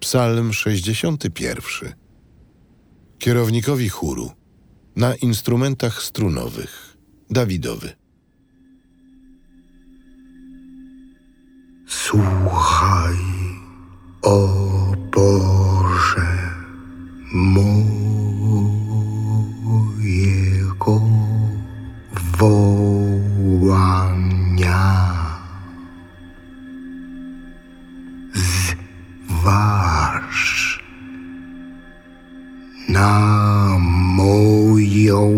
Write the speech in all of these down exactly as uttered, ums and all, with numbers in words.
Psalm sześćdziesiąty pierwszy. Kierownikowi chóru na instrumentach strunowych. Dawidowy. Słuchaj, o Boże, mojego wołania. Zważ na moją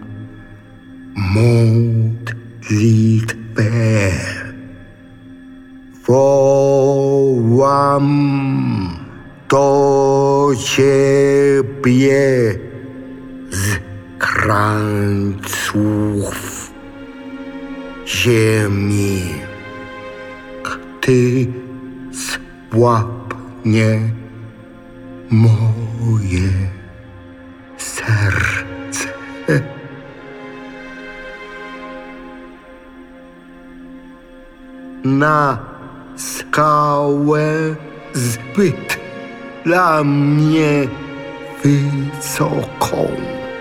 modlitwę. Wołam do Ciebie z krańców ziemi. Ty słabnie moje serce. Na skałę zbyt dla mnie wysoką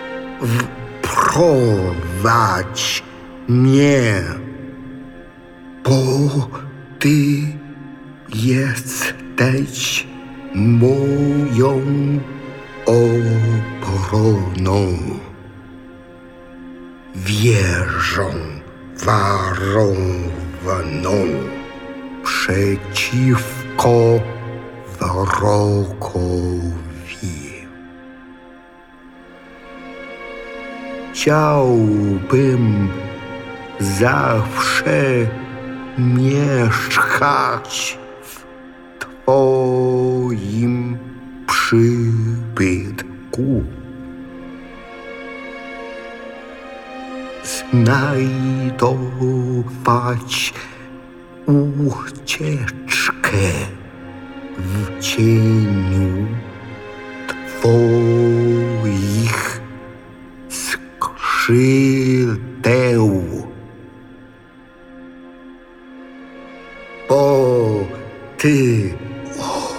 wprowadź mnie, bo Ty jesteś moją obroną, wieżą warowaną przeciwko wrogowi. Chciałbym zawsze mieszkać w Twoim przybytku. Znajdować ucieczkę w cieniu Twoich skrzydeł. Bo Ty, o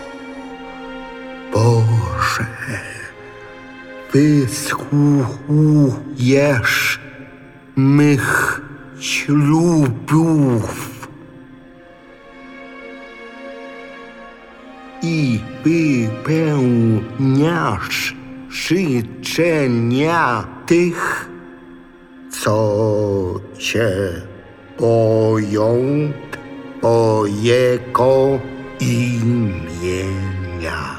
Boże, wysłuchujesz mych ślubów i wypełniasz życzenia tych, co Cię boją Twojego imienia.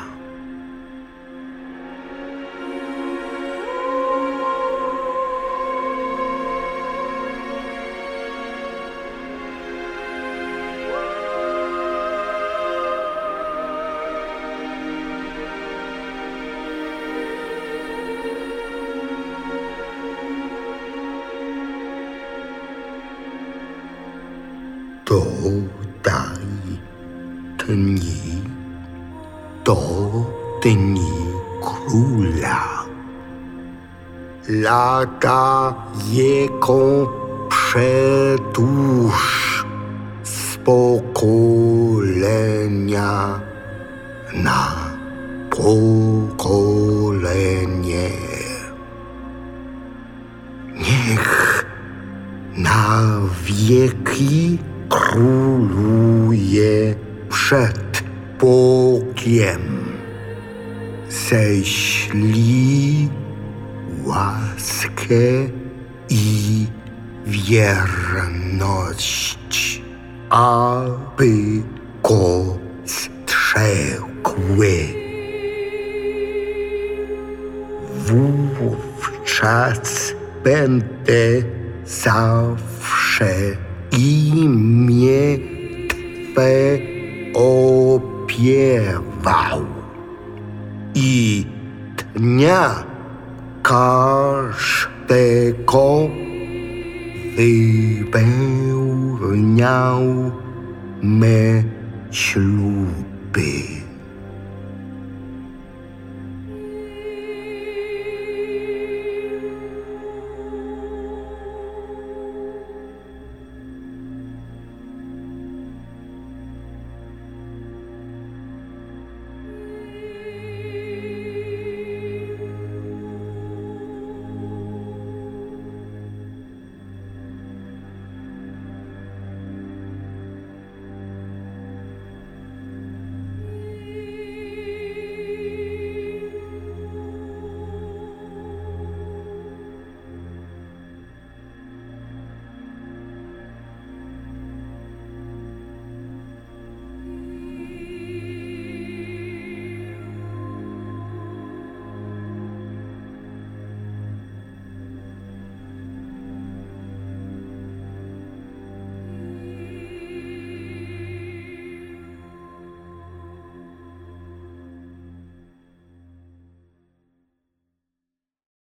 Dodaj dni do dni króla, lata jego przedłuż, z pokolenia na pokolenie. Niech na wieki króluje przed Bogiem. Ześlij łaskę i wierność, aby go strzegły. Wówczas będę zawsze imię Twe opiewał i dnia każdego wypełniał me śluby.